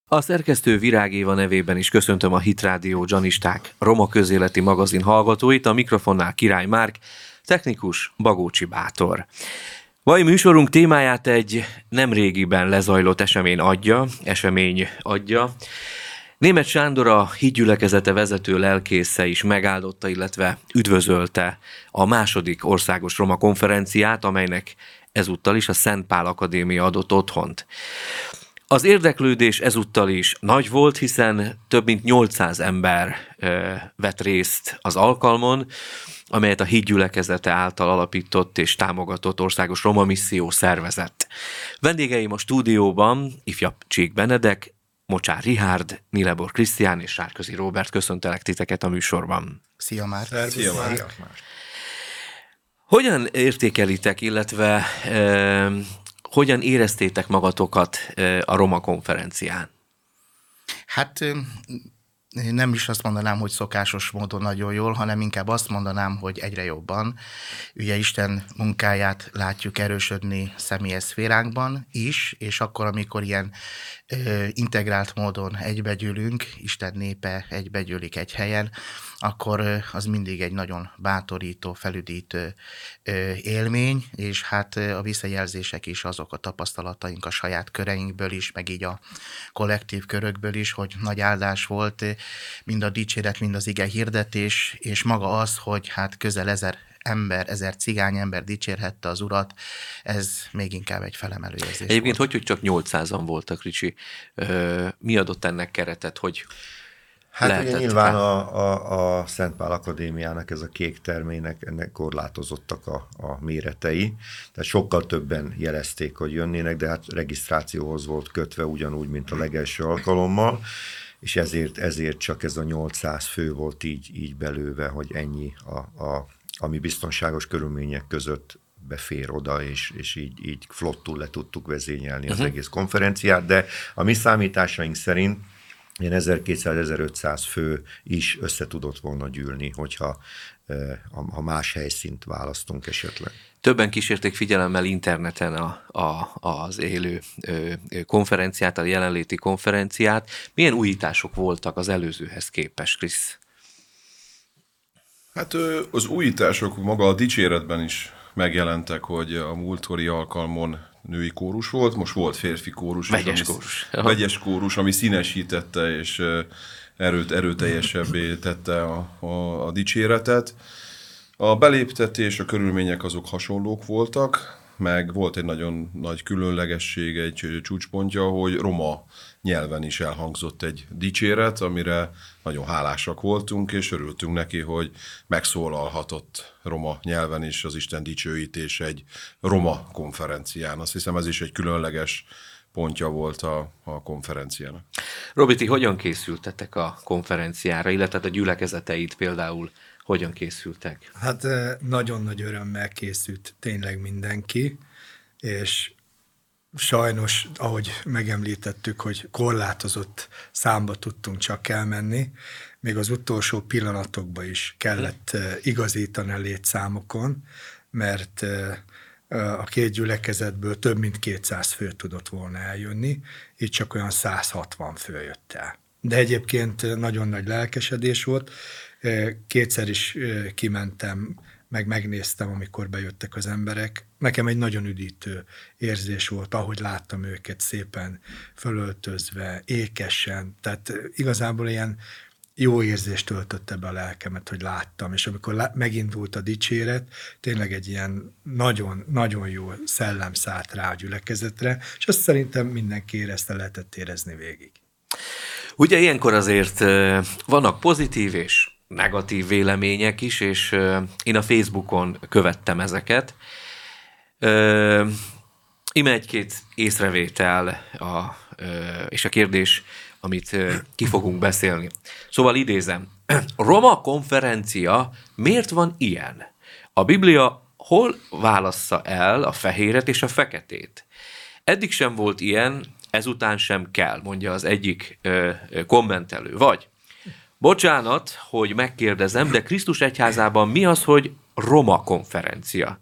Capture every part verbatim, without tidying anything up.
A szerkesztő Virág Éva nevében is köszöntöm a Hit Rádió Zsanisták Roma Közéleti Magazin hallgatóit, a mikrofonnál Király Márk, technikus Bagócsi Bátor. Mai műsorunk témáját egy nemrégiben lezajlott esemény adja, esemény adja. Németh Sándor, a hitgyülekezete vezető lelkésze is megáldotta, illetve üdvözölte a második országos roma konferenciát, amelynek ezúttal is a Szent Pál Akadémia adott otthont. Az érdeklődés ezúttal is nagy volt, hiszen több mint nyolcszáz ember e, vett részt az alkalmon, amelyet a hitgyülekezete által alapított és támogatott országos roma misszió szervezett. Vendégeim a stúdióban ifjabb Csík Benedek, Mocsár Richárd, Nilebor Krisztián és Sárközi Róbert, köszöntelek titeket a műsorban. Szia már! Szia már! Hogyan értékelitek, illetve e, hogyan éreztétek magatokat e, a Roma konferencián? Hát nem is azt mondanám, hogy szokásos módon nagyon jól, hanem inkább azt mondanám, hogy egyre jobban. Ugye Isten munkáját látjuk erősödni személyes szféránkban is, és akkor, amikor ilyen ö, integrált módon egybegyűlünk, Isten népe egybegyűlik egy helyen, akkor ö, az mindig egy nagyon bátorító, felüdítő ö, élmény, és hát ö, a visszajelzések is azok a tapasztalataink a saját köreinkből is, meg így a kollektív körökből is, hogy nagy áldás volt, mind a dicséret, mind az ige hirdetés, és maga az, hogy hát közel ezer ember, ezer cigány ember dicsérhette az Urat, ez még inkább egy felemelő érzés. Egyébként volt. hogy, hogy csak nyolcszázan voltak, Ricsi? Mi adott ennek keretet, hogy Hát lehetett ugye nyilván fel? a, a, a Szent Pál Akadémiának, ez a kék termének, ennek korlátozottak a, a méretei, tehát sokkal többen jelezték, hogy jönnének, de hát regisztrációhoz volt kötve ugyanúgy, mint a legelső alkalommal, és ezért, ezért csak ez a nyolcszáz fő volt így, így belőve, hogy ennyi, a, a, ami biztonságos körülmények között befér oda, és, és így, így flottul le tudtuk vezényelni az uh-huh. egész egész konferenciát, de a mi számításaink szerint ilyen ezerkétszáz-ezerötszáz fő is össze tudott volna gyűlni, hogyha ha más helyszínt választunk esetleg. Többen kísérték figyelemmel interneten a, a, az élő konferenciát, a jelenléti konferenciát. Milyen újítások voltak az előzőhez képest, Krisz? Hát az újítások maga a dicséretben is megjelentek, hogy a múltkori alkalmon női kórus volt, most volt férfi kórus. Vegyes ami, kórus. Vegyes kórus, ami színesítette és erőt, erőteljesebbé tette a, a, a dicséretet. A beléptetés, a körülmények azok hasonlók voltak, meg volt egy nagyon nagy különlegesség, egy csúcspontja, hogy roma nyelven is elhangzott egy dicséret, amire nagyon hálásak voltunk, és örültünk neki, hogy megszólalhatott roma nyelven is az Isten dicsőítés egy roma konferencián. Azt hiszem, ez is egy különleges pontja volt a, a konferenciának. Robi, ti hogyan készültetek a konferenciára, illetve a gyülekezeteid például hogyan készültek? Hát nagyon nagy örömmel készült tényleg mindenki, és sajnos, ahogy megemlítettük, hogy korlátozott számba tudtunk csak elmenni, még az utolsó pillanatokban is kellett igazítani a létszámokon, mert a két gyülekezetből több mint kétszáz fő tudott volna eljönni, így csak olyan száz hatvan fő jött el. De egyébként nagyon nagy lelkesedés volt, kétszer is kimentem, meg megnéztem, amikor bejöttek az emberek. Nekem egy nagyon üdítő érzés volt, ahogy láttam őket szépen fölöltözve, ékesen, tehát igazából ilyen jó érzést töltötte be a lelkemet, hogy láttam, és amikor lá- megindult a dicséret, tényleg egy ilyen nagyon, nagyon jó szellem szállt rá a gyülekezetre, és azt szerintem mindenki érezte, lehetett érezni végig. Ugye ilyenkor azért vannak pozitív és negatív vélemények is, és én a Facebookon követtem ezeket. Ime egy-két észrevétel a, és a kérdés, amit ki fogunk beszélni. Szóval idézem, Roma konferencia miért van ilyen? A Biblia hol válassza el a fehéret és a feketét? Eddig sem volt ilyen, ezután sem kell, mondja az egyik ö, ö, kommentelő. Vagy, bocsánat, hogy megkérdezem, de Krisztus egyházában mi az, hogy Roma konferencia?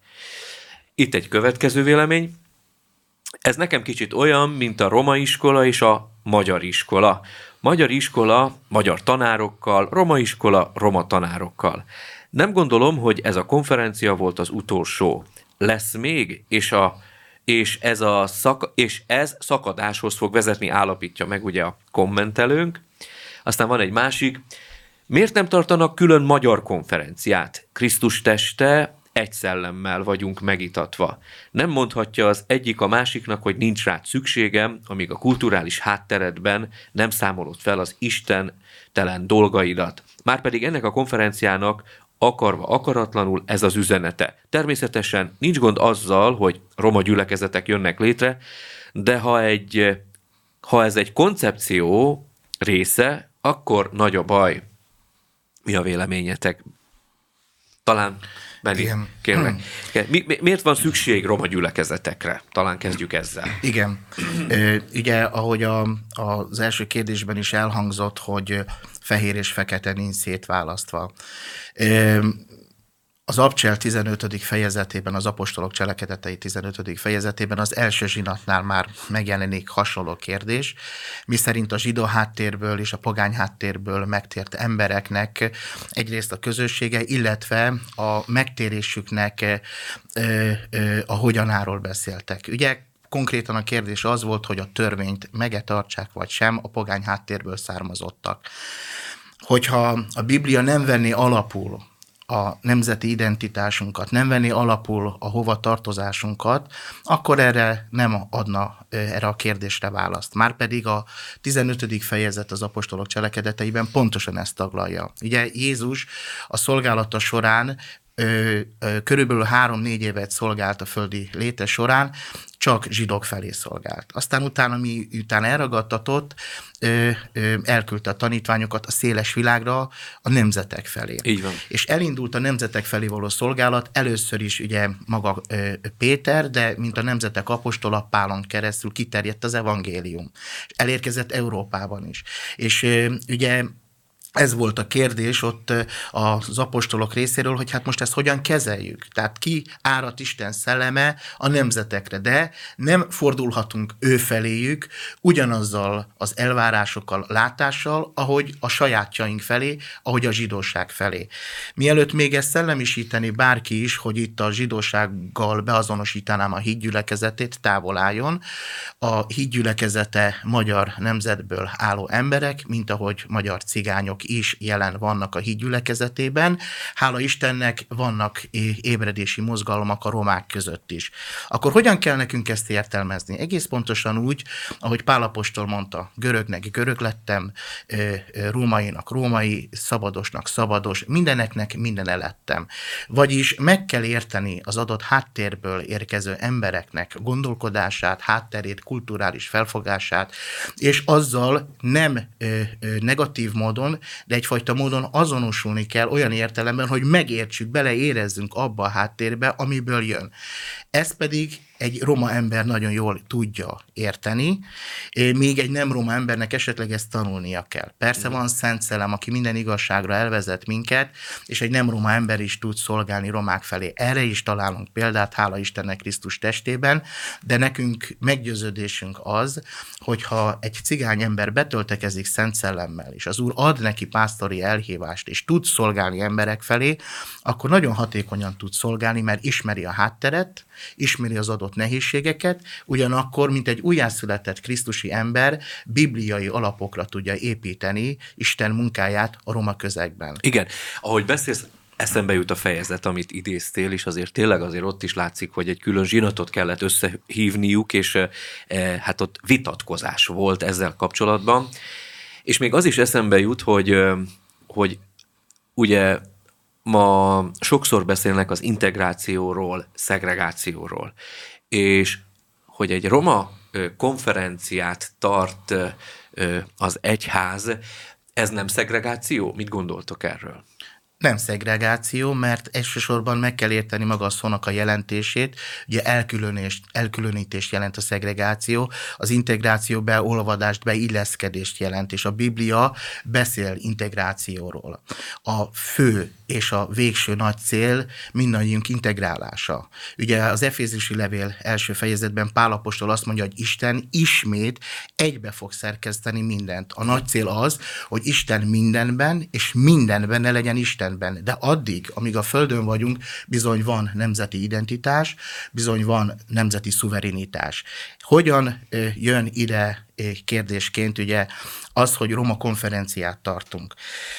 Itt egy következő vélemény. Ez nekem kicsit olyan, mint a roma iskola és a magyar iskola. Magyar iskola magyar tanárokkal, roma iskola roma tanárokkal. Nem gondolom, hogy ez a konferencia volt az utolsó. Lesz még, és, a, és, ez, a szak, és ez szakadáshoz fog vezetni, állapítja meg ugye a kommentelőnk. Aztán van egy másik. Miért nem tartanak külön magyar konferenciát? Krisztus teste, egy szellemmel vagyunk megitatva. Nem mondhatja az egyik a másiknak, hogy nincs rád szükségem, amíg a kulturális hátteredben nem számolod fel az istentelen dolgaidat. Márpedig ennek a konferenciának akarva akaratlanul ez az üzenete. Természetesen nincs gond azzal, hogy roma gyülekezetek jönnek létre, de ha, egy, ha ez egy koncepció része, akkor nagy a baj. Mi a véleményetek? Talán, Benni, kérlek. Mi, mi, miért van szükség roma gyülekezetekre? Talán kezdjük ezzel. Igen. Ö, ugye, ahogy a, az első kérdésben is elhangzott, hogy fehér és fekete nincs szétválasztva. Ö, Az Abcsel tizenötödik fejezetében, az apostolok cselekedetei tizenötödik fejezetében az első zsinatnál már megjelenik hasonló kérdés, miszerint a zsidó háttérből és a pogány háttérből megtért embereknek egyrészt a közössége, illetve a megtérésüknek ö, ö, a hogyanáról beszéltek. Ugye konkrétan a kérdés az volt, hogy a törvényt meg-e tartsák vagy sem a pogány háttérből származottak. Hogyha a Biblia nem venné alapul a nemzeti identitásunkat, nem venni alapul a hova tartozásunkat, akkor erre nem adna erre a kérdésre választ. Márpedig a tizenötödik fejezet az apostolok cselekedeteiben pontosan ezt taglalja. Ugye Jézus a szolgálata során Ö, ö, körülbelül három-négy évet szolgált a földi léte során, csak zsidók felé szolgált. Aztán utána, mi utána elragadtatott, ö, ö, elküldte a tanítványokat a széles világra, a nemzetek felé. Így van. És elindult a nemzetek felé való szolgálat, először is ugye maga ö, Péter, de mint a nemzetek apostola Pálon keresztül kiterjedt az evangélium. Elérkezett Európában is. És ö, ugye ez volt a kérdés ott az apostolok részéről, hogy hát most ezt hogyan kezeljük. Tehát ki árat Isten szelleme a nemzetekre, de nem fordulhatunk ő feléjük ugyanazzal az elvárásokkal, látással, ahogy a sajátjaink felé, ahogy a zsidóság felé. Mielőtt még ezt szellemisíteni bárki is, hogy itt a zsidósággal beazonosítanám a hídgyülekezetét, távol álljon, a hídgyülekezete magyar nemzetből álló emberek, mint ahogy magyar cigányok is jelen vannak a hídgyülekezetében. Hála Istennek vannak ébredési mozgalmak a romák között is. Akkor hogyan kell nekünk ezt értelmezni? Egész pontosan úgy, ahogy Pál apostol mondta, görögnek görög lettem, rómainak római, szabadosnak szabados, mindeneknek mindene lettem. Vagyis meg kell érteni az adott háttérből érkező embereknek gondolkodását, hátterét, kulturális felfogását, és azzal nem negatív módon, de egyfajta módon azonosulni kell olyan értelemben, hogy megértsük, beleérezzünk abba a háttérbe, amiből jön. Ez pedig egy roma ember nagyon jól tudja érteni, még egy nem roma embernek esetleg ezt tanulnia kell. Persze van Szent Szellem, aki minden igazságra elvezet minket, és egy nem roma ember is tud szolgálni romák felé. Erre is találunk példát, hála Istennek Krisztus testében, de nekünk meggyőződésünk az, hogyha egy cigány ember betöltekezik Szent Szellemmel, és az Úr ad neki pásztori elhívást, és tud szolgálni emberek felé, akkor nagyon hatékonyan tud szolgálni, mert ismeri a hátteret, ismeri az adott nehézségeket, ugyanakkor, mint egy újjászületett krisztusi ember, bibliai alapokra tudja építeni Isten munkáját a roma közegben. Igen, ahogy beszélsz, eszembe jut a fejezet, amit idéztél, és azért tényleg azért ott is látszik, hogy egy külön zsinatot kellett összehívniuk, és e, hát ott vitatkozás volt ezzel kapcsolatban. És még az is eszembe jut, hogy, hogy ugye ma sokszor beszélnek az integrációról, szegregációról, és hogy egy roma konferenciát tart az egyház, ez nem szegregáció? Mit gondoltok erről? Nem szegregáció, mert elsősorban meg kell érteni maga a szónak a jelentését. Ugye elkülönést, elkülönítést jelent a szegregáció, az integráció beolvadást, beilleszkedést jelent, és a Biblia beszél integrációról. A fő és a végső nagy cél mindannyiunk integrálása. Ugye az Efézusi levél első fejezetben Pál apostol azt mondja, hogy Isten ismét egybe fog szerkeszteni mindent. A nagy cél az, hogy Isten mindenben, és mindenben ne legyen Istenben. De addig, amíg a Földön vagyunk, bizony van nemzeti identitás, bizony van nemzeti szuverenitás. Hogyan jön ide kérdésként ugye az, hogy Roma konferenciát tartunk?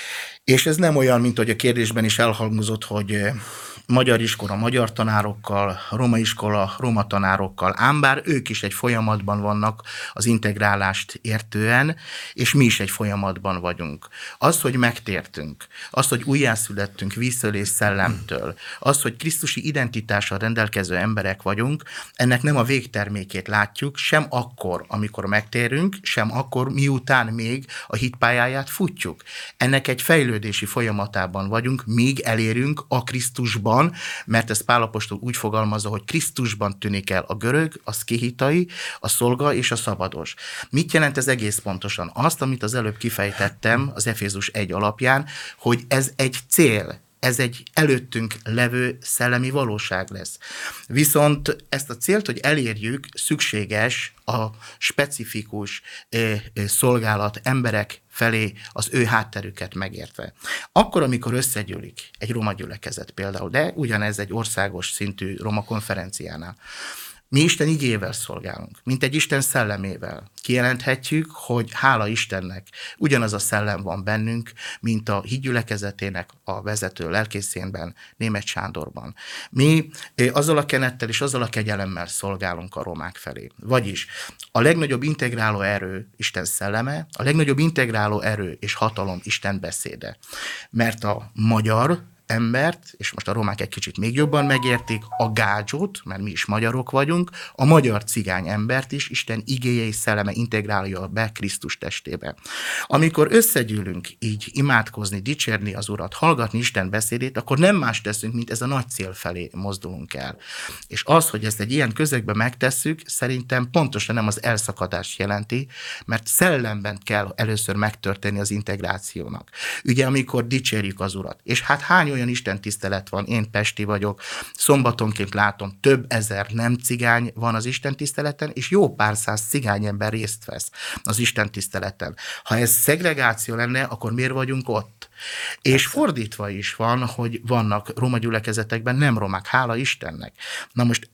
És ez nem olyan, mint hogy a kérdésben is elhangzott, hogy magyar iskola magyar tanárokkal, roma iskola roma tanárokkal, ám bár ők is egy folyamatban vannak az integrálást értően, és mi is egy folyamatban vagyunk. Az, hogy megtértünk, az, hogy újjászülettünk víztől és szellemtől, az, hogy krisztusi identitással rendelkező emberek vagyunk, ennek nem a végtermékét látjuk, sem akkor, amikor megtérünk, sem akkor, miután még a hitpályáját futjuk. Ennek egy fejlődési folyamatában vagyunk, míg elérünk a Krisztusban, mert ezt Pál apostol úgy fogalmazza, hogy Krisztusban tűnik el a görög, a szkihitai, a szolga és a szabados. Mit jelent ez egész pontosan? Azt, amit az előbb kifejtettem az Efézus egy alapján, hogy ez egy cél, ez egy előttünk levő szellemi valóság lesz. Viszont ezt a célt, hogy elérjük, szükséges a specifikus szolgálat emberek felé az ő hátterüket megértve. Akkor, amikor összegyűlik egy roma gyülekezet például, de ugyanez egy országos szintű roma konferenciánál, mi Isten igével szolgálunk, mint egy Isten szellemével. Kijelenthetjük, hogy hála Istennek ugyanaz a szellem van bennünk, mint a hídgyülekezetének a vezető lelkészénben, Németh Sándorban. Mi azzal a kenettel és azzal a kegyelemmel szolgálunk a romák felé. Vagyis a legnagyobb integráló erő Isten szelleme, a legnagyobb integráló erő és hatalom Isten beszéde. Mert a magyar embert, és most a romák egy kicsit még jobban megértik, a gádzsot, mert mi is magyarok vagyunk, a magyar cigány embert is Isten igéje és szelleme integrálja be Krisztus testébe. Amikor összegyűlünk így imádkozni, dicsérni az Urat, hallgatni Isten beszédét, akkor nem más teszünk, mint ez a nagy cél felé mozdulunk el. És az, hogy ezt egy ilyen közegben megtesszük, szerintem pontosan nem az elszakadást jelenti, mert szellemben kell először megtörténni az integrációnak. Ugye, amikor dicsérjük az Urat. És hát hány olyan Isten tisztelet van, én pesti vagyok, szombatonként látom, több ezer nem cigány van az Isten tiszteleten, és jó pár száz cigány ember részt vesz az Isten tiszteleten. Ha ez szegregáció lenne, akkor miért vagyunk ott? És fordítva is van, hogy vannak roma gyülekezetekben nem romák, hála Istennek. Na most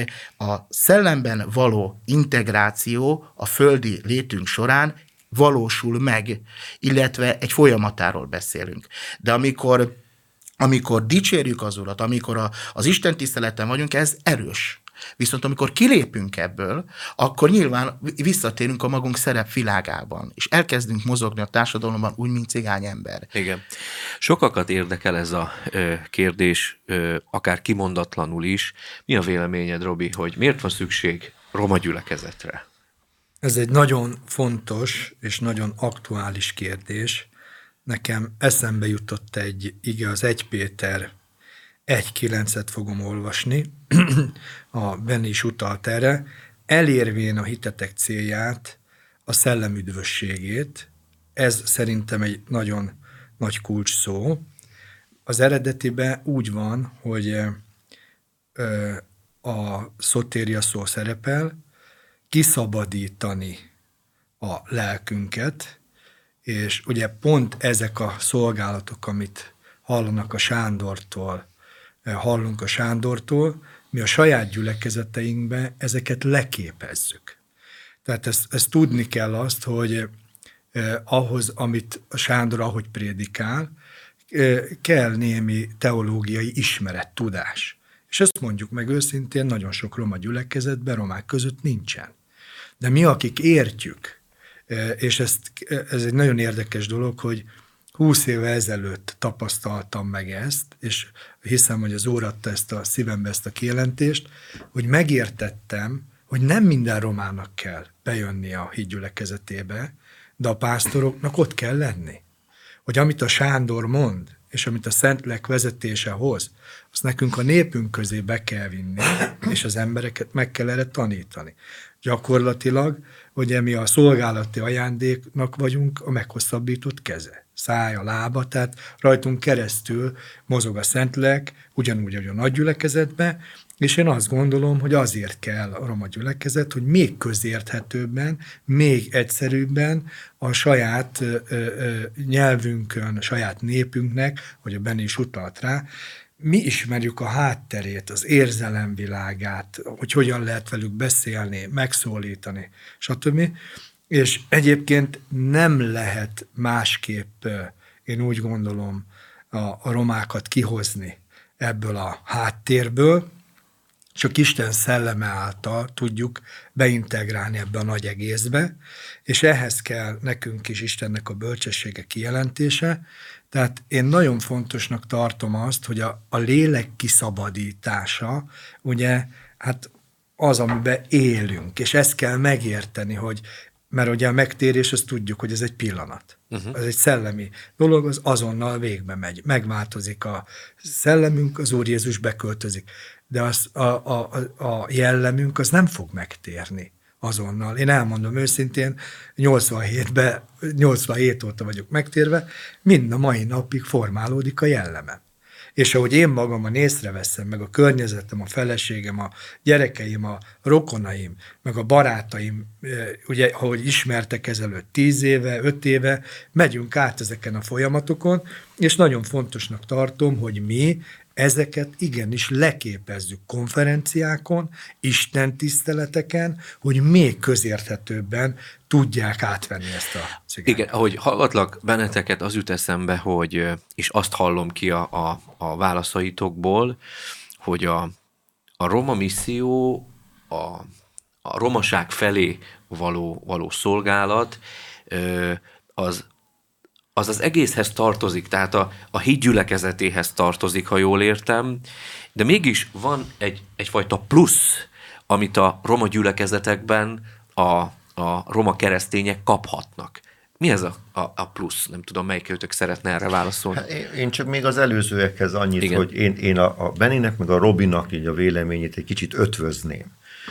a szellemben való integráció a földi létünk során valósul meg, illetve egy folyamatáról beszélünk. De amikor Amikor dicsérjük az Urat, amikor a, az Isten tiszteleten vagyunk, ez erős. Viszont amikor kilépünk ebből, akkor nyilván visszatérünk a magunk szerepvilágában, és elkezdünk mozogni a társadalomban úgy, mint cigány ember. Igen. Sokakat érdekel ez a ö, kérdés, ö, akár kimondatlanul is. Mi a véleményed, Robi, hogy miért van szükség roma gyülekezetre? Ez egy nagyon fontos és nagyon aktuális kérdés. Nekem eszembe jutott egy ige, az egy Péter egy kilencet fogom olvasni, a Benni is utalt erre, elérvén a hitetek célját, a szellem üdvösségét. Ez szerintem egy nagyon nagy kulcs szó. Az eredetiben úgy van, hogy a szotéria szó szerepel, kiszabadítani a lelkünket, és ugye pont ezek a szolgálatok, amit hallanak a Sándortól, hallunk a Sándortól, mi a saját gyülekezeteinkben ezeket leképezzük. Tehát ezt, ezt tudni kell azt, hogy eh, ahhoz, amit a Sándor ahogy prédikál, eh, kell némi teológiai ismeret, tudás. És ezt mondjuk meg őszintén, nagyon sok roma gyülekezetben, romák között nincsen. De mi, akik értjük, és ezt, ez egy nagyon érdekes dolog, hogy húsz éve ezelőtt tapasztaltam meg ezt, és hiszem, hogy az Úr adta ezt a szívembe ezt a kijelentést, hogy megértettem, hogy nem minden romának kell bejönni a hídgyülekezetébe, de a pásztoroknak ott kell lenni. Hogy amit a Sándor mond, és amit a Szentlélek vezetése hoz, azt nekünk a népünk közé be kell vinni, és az embereket meg kell erre tanítani. Gyakorlatilag, ugye mi a szolgálati ajándéknak vagyunk a meghosszabbított keze, szája, lába, tehát rajtunk keresztül mozog a Szentlélek, ugyanúgy, ahogy a nagy gyülekezetben, és én azt gondolom, hogy azért kell a roma gyülekezet, hogy még közérthetőbben, még egyszerűbben a saját ö, ö, nyelvünkön, a saját népünknek, hogy a Benni is utalt rá, mi ismerjük a hátterét, az érzelemvilágát, hogy hogyan lehet velük beszélni, megszólítani, stb. És egyébként nem lehet másképp, én úgy gondolom, a, a romákat kihozni ebből a háttérből, csak Isten szelleme által tudjuk beintegrálni ebbe a nagy egészbe, és ehhez kell nekünk is Istennek a bölcsessége kijelentése. Tehát én nagyon fontosnak tartom azt, hogy a, a lélek kiszabadítása, ugye, hát az, amiben élünk, és ezt kell megérteni, hogy, mert ugye a megtérés, azt tudjuk, hogy ez egy pillanat. Uh-huh. Ez egy szellemi dolog, az azonnal végbe megy. Megváltozik a szellemünk, az Úr Jézus beköltözik. De az, a, a, a jellemünk az nem fog megtérni azonnal. Én elmondom őszintén, nyolcvanhétben, nyolcvanhét óta vagyok megtérve, mind a mai napig formálódik a jellemem. És ahogy én magamon észreveszem, meg a környezetem, a feleségem, a gyerekeim, a rokonaim, meg a barátaim, ugye, ahogy ismertek ezelőtt tíz éve, öt éve, megyünk át ezeken a folyamatokon, és nagyon fontosnak tartom, hogy mi ezeket igenis leképezzük konferenciákon, Isten tiszteleteken, hogy még közérthetőbben tudják átvenni ezt a cigányt. Igen, ahogy hallgatlak benneteket, az jut eszembe, hogy, és azt hallom ki a, a, a válaszaitokból, hogy a, a roma misszió, a, a romaság felé való, való szolgálat, az az az egészhez tartozik, tehát a, a híd gyülekezetéhez tartozik, ha jól értem, de mégis van egy, egyfajta plusz, amit a roma gyülekezetekben a, a roma keresztények kaphatnak. Mi ez a, a, a plusz? Nem tudom, melyikőtök szeretne erre válaszolni. Hát én csak még az előzőekhez annyit, Igen. hogy én, én a, a Benninek meg a Robinak így a véleményét egy kicsit ötvözném.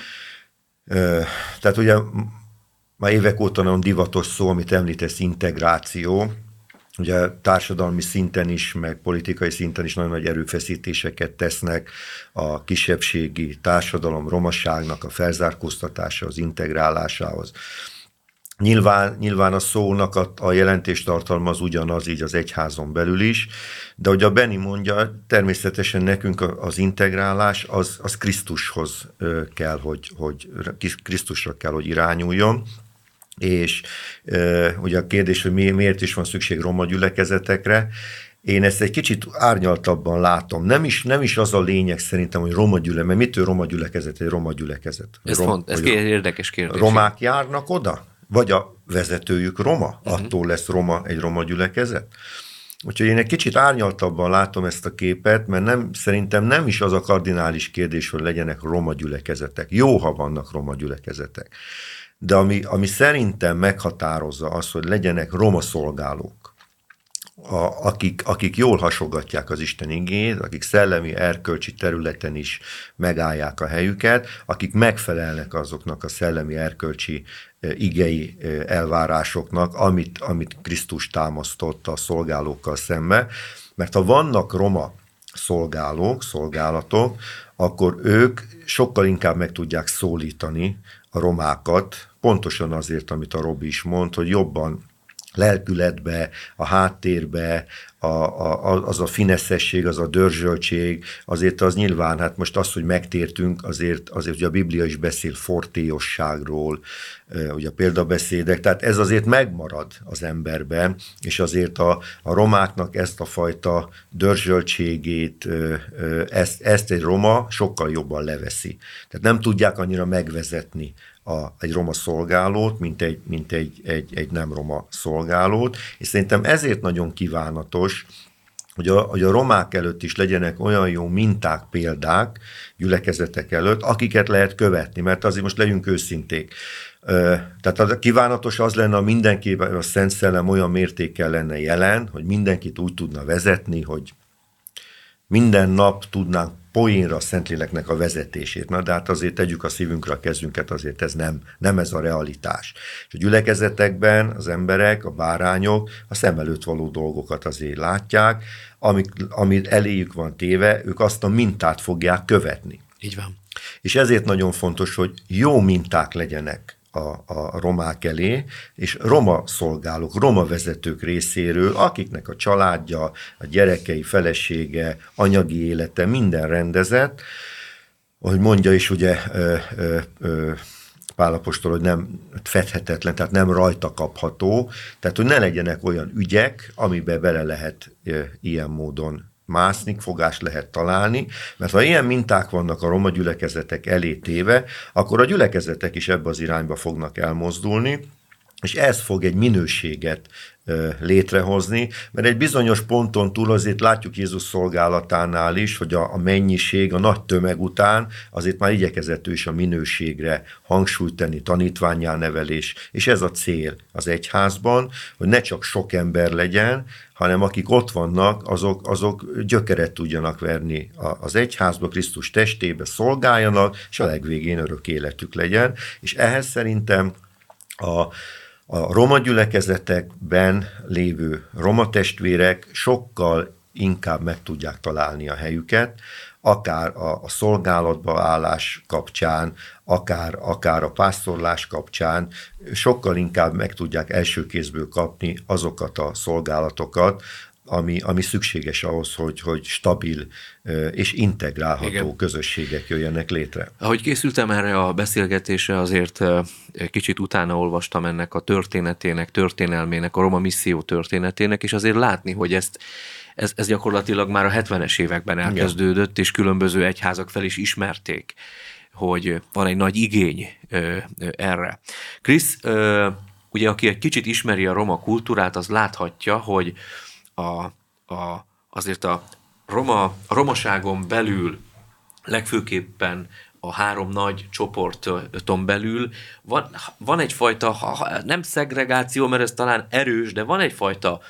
Ö, tehát ugye már évek óta nagyon divatos szó, amit említesz, integráció. Ugye társadalmi szinten is, meg politikai szinten is nagyon nagy erőfeszítéseket tesznek a kisebbségi társadalom romaságnak a felzárkóztatása, az integrálásához. Nyilván, nyilván a szónak a, a jelentéstartalma az ugyanaz így az egyházon belül is, de hogy a Benni mondja, természetesen nekünk az integrálás az, az Krisztushoz kell, hogy, hogy Krisztusra kell, hogy irányuljon. És e, ugye a kérdés, hogy mi, miért is van szükség roma gyülekezetekre, én ezt egy kicsit árnyaltabban látom. Nem is, nem is az a lényeg szerintem, hogy roma gyülekezet, mert mitől roma gyülekezet, egy roma gyülekezet? Ez, Rom, font, ez érdekes kérdés. Romák járnak oda? Vagy a vezetőjük roma? Uh-huh. Attól lesz roma egy roma gyülekezet? Úgyhogy én egy kicsit árnyaltabban látom ezt a képet, mert nem, szerintem nem is az a kardinális kérdés, hogy legyenek roma gyülekezetek. Jó, ha vannak roma gyülekezetek. De ami, ami szerintem meghatározza az, hogy legyenek roma szolgálók, a, akik, akik jól hasogatják az Isten igéjét, akik szellemi, erkölcsi területen is megállják a helyüket, akik megfelelnek azoknak a szellemi, erkölcsi igei elvárásoknak, amit, amit Krisztus támasztott a szolgálókkal szembe. Mert ha vannak roma szolgálók, szolgálatok, akkor ők sokkal inkább meg tudják szólítani a romákat, pontosan azért, amit a Robi is mond, hogy jobban lelkületbe, a háttérbe, a, a, az a fineszesség, az a dörzsöltség, azért az nyilván, hát most az, hogy megtértünk, azért, azért ugye a Biblia is beszél fortélyosságról, ugye a példabeszédek, tehát ez azért megmarad az emberben, és azért a, a romáknak ezt a fajta dörzsöltségét, ezt, ezt egy roma sokkal jobban leveszi. Tehát nem tudják annyira megvezetni a, egy roma szolgálót, mint egy, mint egy, egy, egy nem roma szolgálót, és szerintem ezért nagyon kívánatos, hogy a, hogy a romák előtt is legyenek olyan jó minták, példák, gyülekezetek előtt, akiket lehet követni, mert azért most legyünk őszinték. Tehát a kívánatos az lenne, ha mindenkiben a Szent Szellem olyan mértékkel lenne jelen, hogy mindenkit úgy tudna vezetni, hogy minden nap tudnánk poénra a Szentléleknek a vezetését. Na, de hát azért tegyük a szívünkre a kezünket, azért ez nem, nem ez a realitás. És a gyülekezetekben az emberek, a bárányok a szem előtt való dolgokat azért látják, amik, amit eléjük van téve, ők azt a mintát fogják követni. Így van. És ezért nagyon fontos, hogy jó minták legyenek a, a romák elé, és roma szolgálók, roma vezetők részéről, akiknek a családja, a gyerekei, felesége, anyagi élete, minden rendezett, ahogy mondja is ugye ö, ö, ö, Pál apostol, hogy nem fedhetetlen, tehát nem rajta kapható, tehát hogy ne legyenek olyan ügyek, amiben bele lehet ö, ilyen módon mászni, fogást lehet találni, mert ha ilyen minták vannak a roma gyülekezetek elé téve, akkor a gyülekezetek is ebbe az irányba fognak elmozdulni, és ez fog egy minőséget ö, létrehozni, mert egy bizonyos ponton túl azért látjuk Jézus szolgálatánál is, hogy a, a mennyiség, a nagy tömeg után azért már igyekezett ő is a minőségre hangsúlyt tenni, tanítványelnevelés, és ez a cél az egyházban, hogy ne csak sok ember legyen, hanem akik ott vannak, azok, azok gyökeret tudjanak verni az egyházba, Krisztus testébe szolgáljanak, és a legvégén örök életük legyen, és ehhez szerintem a A roma gyülekezetekben lévő roma testvérek sokkal inkább meg tudják találni a helyüket, akár a, a szolgálatba állás kapcsán, akár, akár a pásztorlás kapcsán, sokkal inkább meg tudják első kézből kapni azokat a szolgálatokat, ami, ami szükséges ahhoz, hogy, hogy stabil és integrálható Igen. közösségek jöjjenek létre. Ahogy készültem erre a beszélgetésre, azért kicsit utána olvastam ennek a történetének, történelmének, a roma misszió történetének, és azért látni, hogy ezt, ez, ez gyakorlatilag már a hetvenes években elkezdődött, Igen. és különböző egyházak fel is ismerték, hogy van egy nagy igény erre. Krisz, ugye aki egy kicsit ismeri a roma kultúrát, az láthatja, hogy A, a, azért a, roma, a romaságon belül, legfőképpen a három nagy csoporton belül van, van egyfajta, nem szegregáció, mert ez talán erős, de van egyfajta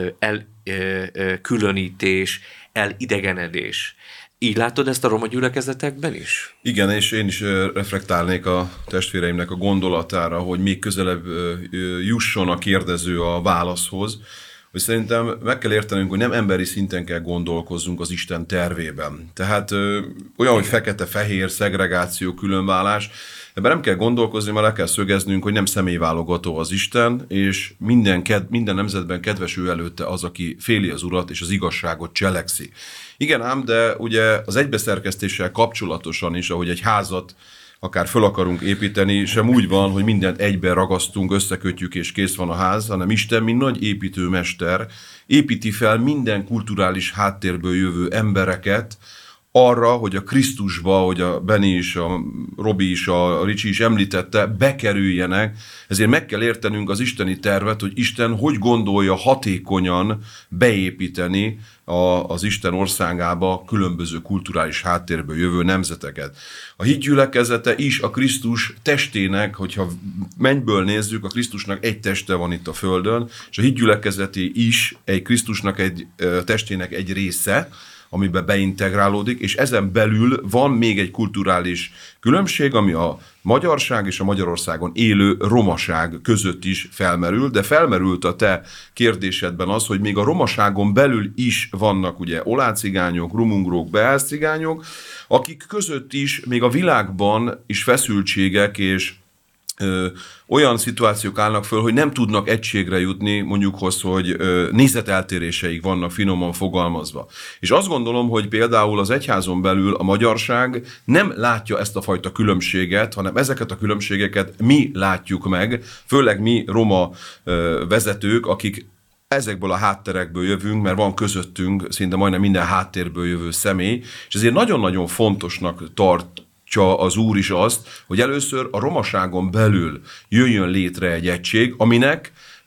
elkülönítés, elidegenedés. Így látod ezt a roma gyülekezetekben is? Igen, és én is reflektálnék a testvéreimnek a gondolatára, hogy még közelebb jusson a kérdező a válaszhoz, hogy szerintem meg kell értenünk, hogy nem emberi szinten kell gondolkozzunk az Isten tervében. Tehát ö, olyan, hogy fekete-fehér, szegregáció, különválás, ebben nem kell gondolkozni, mert le kell szögeznünk, hogy nem személyválogató az Isten, és minden, ked, minden nemzetben kedves ő előtte az, aki féli az Urat és az igazságot cselekszi. Igen ám, de ugye az egybeszerkesztéssel kapcsolatosan is, ahogy egy házat akár föl akarunk építeni, sem úgy van, hogy mindent egyben ragasztunk, összekötjük és kész van a ház, hanem Isten, mint nagy építőmester, építi fel minden kulturális háttérből jövő embereket arra, hogy a Krisztusba, hogy a Beni is, a Robi is, a Ricsi is említette, bekerüljenek. Ezért meg kell értenünk az isteni tervet, hogy Isten hogy gondolja hatékonyan beépíteni a, az Isten országába különböző kulturális háttérből jövő nemzeteket. A hit gyülekezete is a Krisztus testének, hogyha mennyből nézzük, a Krisztusnak egy teste van itt a földön, és a hit gyülekezeti is egy Krisztusnak egy testének egy része, amiben beintegrálódik, és ezen belül van még egy kulturális különbség, ami a magyarság és a Magyarországon élő romaság között is felmerül, de felmerült a te kérdésedben az, hogy még a romaságon belül is vannak ugye olácigányok, rumungrók, beászcigányok, akik között is még a világban is feszültségek és Ö, olyan szituációk állnak föl, hogy nem tudnak egységre jutni, mondjuk hoz, hogy ö, nézeteltéréseik vannak finoman fogalmazva. És azt gondolom, hogy például az egyházon belül a magyarság nem látja ezt a fajta különbséget, hanem ezeket a különbségeket mi látjuk meg, főleg mi roma ö, vezetők, akik ezekből a hátterekből jövünk, mert van közöttünk szinte majdnem minden háttérből jövő személy, és ezért nagyon-nagyon fontosnak tart az Úr is azt, hogy először a romaságon belül jöjjön létre egy egység, aminek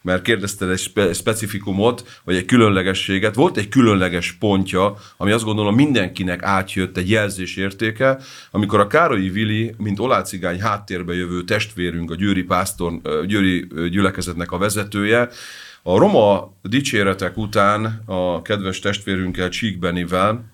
mert kérdezted egy spe- specifikumot, vagy egy különlegességet. Volt egy különleges pontja, ami azt gondolom mindenkinek átjött, egy jelzésértéke, amikor a Károlyi Vili, mint olácigány háttérbe jövő testvérünk, a győri pásztor, győri gyülekezetnek a vezetője, a roma dicséretek után a kedves testvérünkkel, Csík Benivel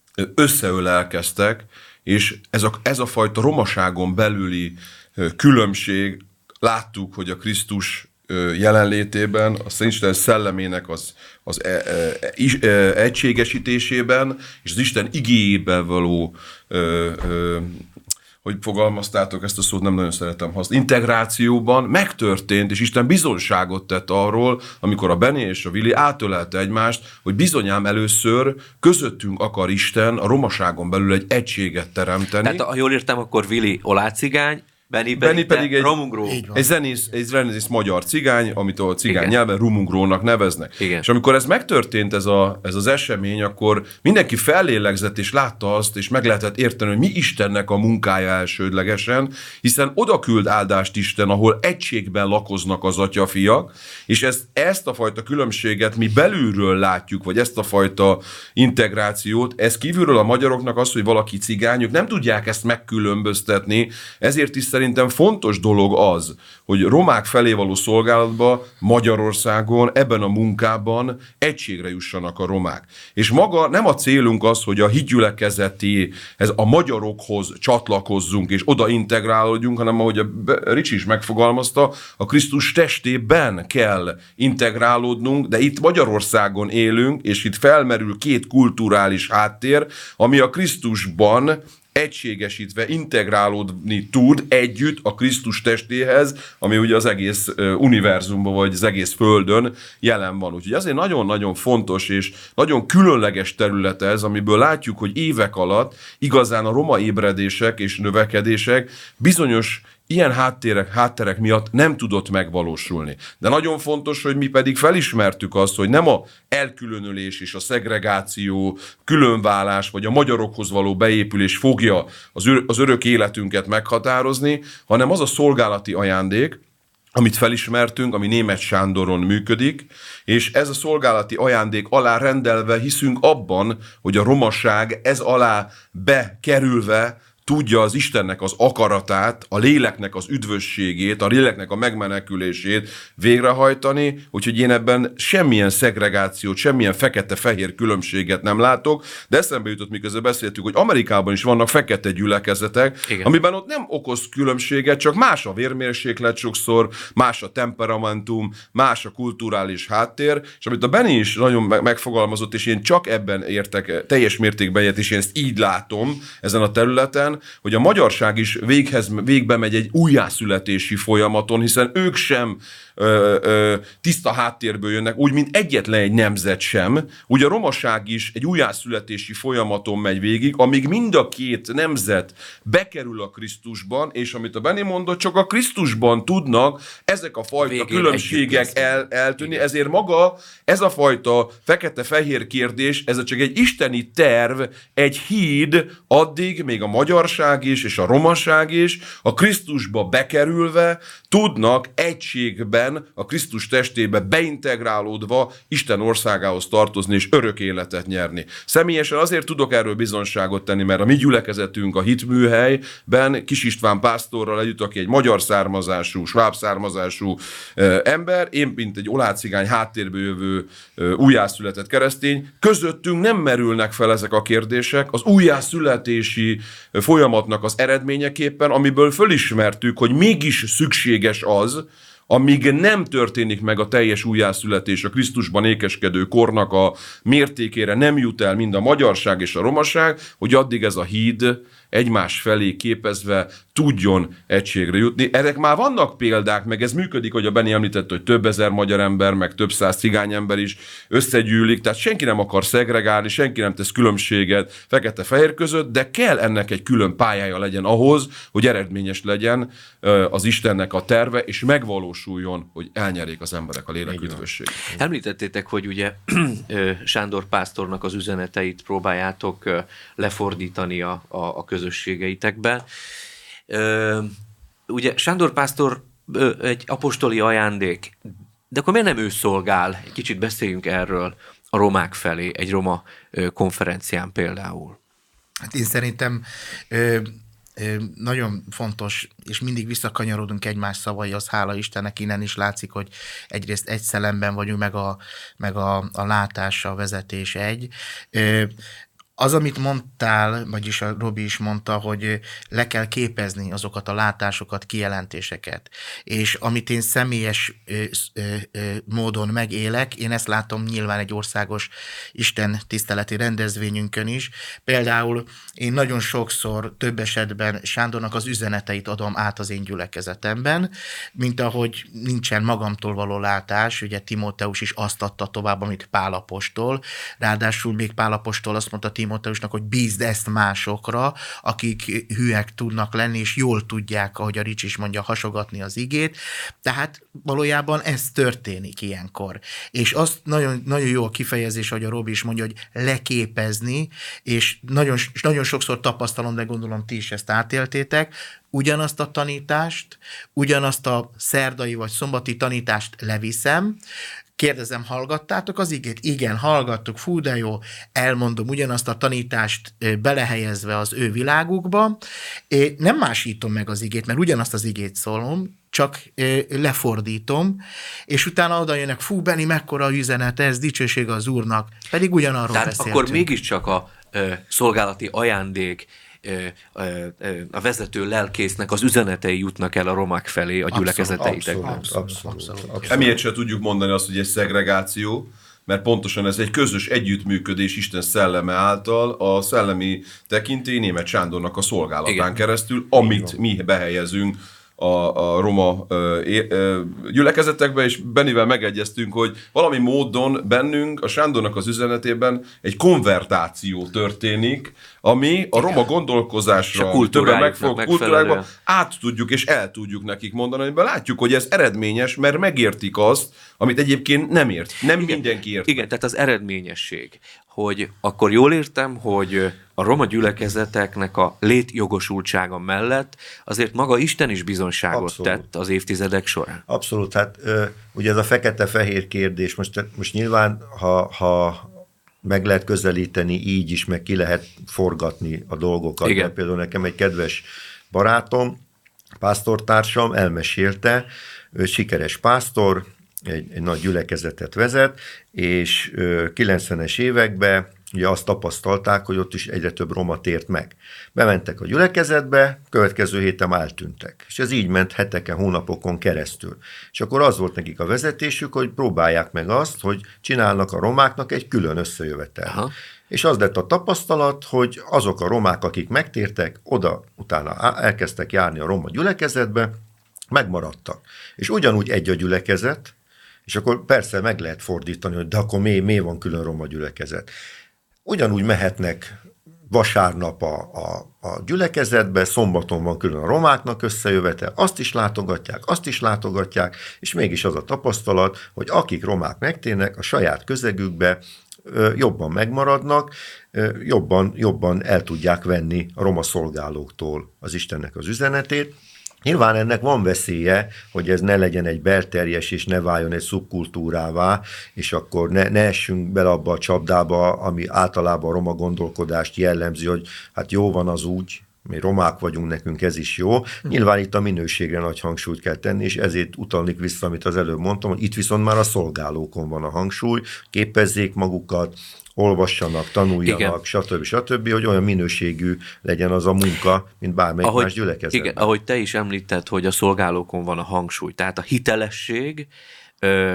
összeölelkeztek, és ez a, ez a fajta romaságon belüli különbség, láttuk, hogy a Krisztus jelenlétében, a Isten szellemének az, az e, e, e, egységesítésében, és az Isten igéjében való, ö, ö, hogy fogalmaztátok ezt a szót, nem nagyon szeretem használni, integrációban megtörtént, és Isten bizonságot tett arról, amikor a Beni és a Vili átölelte egymást, hogy bizonyám először közöttünk akar Isten a romaságon belül egy egységet teremteni. Tehát ha jól értem, akkor Vili olácigány, Beni pedig, Beni pedig egy, romungró. egy zenész, egy zenész magyar cigány, amit a cigány Igen. nyelven rumungrónak neveznek. Igen. És amikor ez megtörtént, ez, a, ez az esemény, akkor mindenki fellélegzett és látta azt, és meg lehetett érteni, hogy mi Istennek a munkája elsődlegesen, hiszen oda küld áldást Isten, ahol egységben lakoznak az atyafiak, és ezt, ezt a fajta különbséget mi belülről látjuk, vagy ezt a fajta integrációt, ez kívülről a magyaroknak az, hogy valaki cigány, ők nem tudják ezt megkülönböztetni, ezért is szerintem fontos dolog az, hogy romák felé való szolgálatban Magyarországon, ebben a munkában egységre jussanak a romák. És maga nem a célunk az, hogy a hitgyülekezeti, ez a magyarokhoz csatlakozzunk és oda integrálódjunk, hanem ahogy a Ricsi is megfogalmazta, a Krisztus testében kell integrálódnunk, de itt Magyarországon élünk, és itt felmerül két kulturális háttér, ami a Krisztusban egységesítve, integrálódni tud együtt a Krisztus testéhez, ami ugye az egész univerzumban, vagy az egész földön jelen van. Úgyhogy azért nagyon-nagyon fontos és nagyon különleges terület ez, amiből látjuk, hogy évek alatt igazán a roma ébredések és növekedések bizonyos ilyen háttérek, hátterek miatt nem tudott megvalósulni. De nagyon fontos, hogy mi pedig felismertük azt, hogy nem a elkülönülés és a szegregáció, különválás, vagy a magyarokhoz való beépülés fogja az, ör- az örök életünket meghatározni, hanem az a szolgálati ajándék, amit felismertünk, ami Németh Sándoron működik, és ez a szolgálati ajándék alá rendelve hiszünk abban, hogy a romaság ez alá bekerülve tudja az Istennek az akaratát, a léleknek az üdvösségét, a léleknek a megmenekülését végrehajtani, úgyhogy én ebben semmilyen szegregációt, semmilyen fekete-fehér különbséget nem látok, de eszembe jutott, miközben beszéltük, hogy Amerikában is vannak fekete gyülekezetek, igen, amiben ott nem okoz különbséget, csak más a vérmérséklet sokszor, más a temperamentum, más a kulturális háttér, és amit a Beni is nagyon megfogalmazott, és én csak ebben értek teljes mértékben egyet, és én ezt így látom ezen a területen, hogy a magyarság is véghez, végbe megy egy újjászületési folyamaton, hiszen ők sem ö, ö, tiszta háttérből jönnek, úgy, mint egyetlen egy nemzet sem. Ugye a romaság is egy újjászületési folyamaton megy végig, amíg mind a két nemzet bekerül a Krisztusban, és amit a Beni mondott, csak a Krisztusban tudnak ezek a fajta végén különbségek el, eltűnni, igen, ezért maga ez a fajta fekete-fehér kérdés, ez csak egy isteni terv, egy híd, addig még a magyarság is, és a romaság is a Krisztusba bekerülve tudnak egységben a Krisztus testébe beintegrálódva Isten országához tartozni és örök életet nyerni. Személyesen azért tudok erről bizonságot tenni, mert a mi gyülekezetünk a hitműhelyben Kis István pásztorral együtt, aki egy magyar származású, sváb származású ö, ember, én mint egy olácigány háttérből jövő ö, újjászületett keresztény, közöttünk nem merülnek fel ezek a kérdések az újjászületési folyamatnak az eredményeképpen, amiből fölismertük, hogy mégis szükséges az, amíg nem történik meg a teljes újjászületés, a Krisztusban ékeskedő kornak a mértékére nem jut el mind a magyarság és a romaság, hogy addig ez a híd egymás felé képezve tudjon egységre jutni. Ezek már vannak példák, meg ez működik, hogy a Beni említett, hogy több ezer magyar ember, meg több száz cigány ember is összegyűlik, tehát senki nem akar szegregálni, senki nem tesz különbséget fekete-fehér között, de kell ennek egy külön pályája legyen ahhoz, hogy eredményes legyen az Istennek a terve, és megvalósuljon, hogy elnyerjék az emberek a lélek üdvösségét. Említettétek, hogy ugye Sándor pásztornak az üzeneteit próbáljátok lefordítani a, a, a közösségeitekben. Ugye Sándor pásztor egy apostoli ajándék, De akkor miért nem ő szolgál? Egy kicsit beszéljünk erről a romák felé, egy roma ö, konferencián például. Hát én szerintem ö, ö, nagyon fontos, és mindig visszakanyarodunk egymás szavaihoz, hála Istennek, innen is látszik, hogy egyrészt egy szellemben vagyunk, meg a, meg a, a látás, a vezetés egy. Ö, Az, amit mondtál, vagyis a Robi is mondta, hogy le kell képezni azokat a látásokat, kijelentéseket. És amit én személyes ö, ö, ö, módon megélek, én ezt látom nyilván egy országos Isten tiszteleti rendezvényünkön is. Például én nagyon sokszor, több esetben Sándornak az üzeneteit adom át az én gyülekezetemben, mint ahogy nincsen magamtól való látás, ugye Timóteus is azt adta tovább, amit Pál apostol, ráadásul még Pál apostol azt mondta Timóteusnak, hogy bízd ezt másokra, akik hülyek tudnak lenni, és jól tudják, ahogy a Ricsi is mondja, hasogatni az igét. Tehát valójában ez történik ilyenkor. És azt nagyon, nagyon jó a kifejezés, ahogy a Robi is mondja, hogy leképezni, és nagyon, nagyon sokszor tapasztalom, de gondolom ti is ezt átéltétek, ugyanazt a tanítást, ugyanazt a szerdai vagy szombati tanítást leviszem, kérdezem, hallgattátok az igét? Igen, hallgattuk, fú, de jó, elmondom ugyanazt a tanítást belehelyezve az ő világukba. Én nem másítom meg az igét, mert ugyanazt az igét szólom, csak lefordítom, és utána oda jönnek, fú, Beni, mekkora üzenet ez, dicsőség az Úrnak, pedig ugyanarról Tehát beszéltünk. akkor mégiscsak a ö, szolgálati ajándék, a vezető lelkésznek az üzenetei jutnak el a romák felé a gyülekezeteitekben. Abszolút, abszolút, abszolút, abszolút. Emiatt sem tudjuk mondani azt, hogy egy szegregáció, mert pontosan ez egy közös együttműködés Isten szelleme által a szellemi tekintély Németh Sándornak a szolgálatán Igen. keresztül, amit mi behelyezünk a, a roma ö, ö, gyülekezetekbe, és Benivel megegyeztünk, hogy valami módon bennünk a Sándornak az üzenetében egy konvertáció történik, ami a roma gondolkozásra, többen megfog kultúrákban át tudjuk és el tudjuk nekik mondani, amiben látjuk, hogy ez eredményes, mert megértik azt, amit egyébként nem ért. Nem igen, mindenki ért. Igen, tehát az eredményesség, hogy akkor jól értem, hogy a roma gyülekezeteknek a létjogosultsága mellett azért maga Isten is bizonyságot Abszolút. tett az évtizedek során. Abszolút, hát ugye ez a fekete-fehér kérdés, most, most nyilván, ha, ha meg lehet közelíteni így is, meg ki lehet forgatni a dolgokat. Igen. Például nekem egy kedves barátom, pásztortársam elmesélte, ő sikeres pásztor, egy, egy nagy gyülekezetet vezet, és kilencvenes években ugye azt tapasztalták, hogy ott is egyre több roma tért meg. Bementek a gyülekezetbe, következő héten eltűntek. És ez így ment heteken, hónapokon keresztül. És akkor az volt nekik a vezetésük, hogy próbálják meg azt, hogy csinálnak a romáknak egy külön összejövetel. És az lett a tapasztalat, hogy azok a romák, akik megtértek, oda utána elkezdtek járni a roma gyülekezetbe, megmaradtak. És ugyanúgy egy a gyülekezet, és akkor persze meg lehet fordítani, hogy de akkor miért, miért van külön roma gyülekezet. Ugyanúgy mehetnek vasárnap a, a, a gyülekezetbe, szombaton van külön a romáknak összejövetel, azt is látogatják, azt is látogatják, és mégis az a tapasztalat, hogy akik romák megtérnek, a saját közegükbe jobban megmaradnak, jobban, jobban el tudják venni a roma szolgálóktól az Istennek az üzenetét. Nyilván ennek van veszélye, hogy ez ne legyen egy belterjes, és ne váljon egy szubkultúrává, és akkor ne, ne essünk bele abba a csapdába, ami általában a roma gondolkodást jellemzi, hogy hát jó van az úgy, mi romák vagyunk, nekünk ez is jó. Nyilván itt a minőségre nagy hangsúlyt kell tenni, és ezért utalnik vissza, amit az előbb mondtam, hogy itt viszont már a szolgálókon van a hangsúly, képezzék magukat, olvassanak, tanuljanak, igen. stb. stb., hogy olyan minőségű legyen az a munka, mint bármelyik ahogy, más gyülekezetben. Igen, ahogy te is említed, hogy a szolgálókon van a hangsúly. Tehát a hitelesség, ö,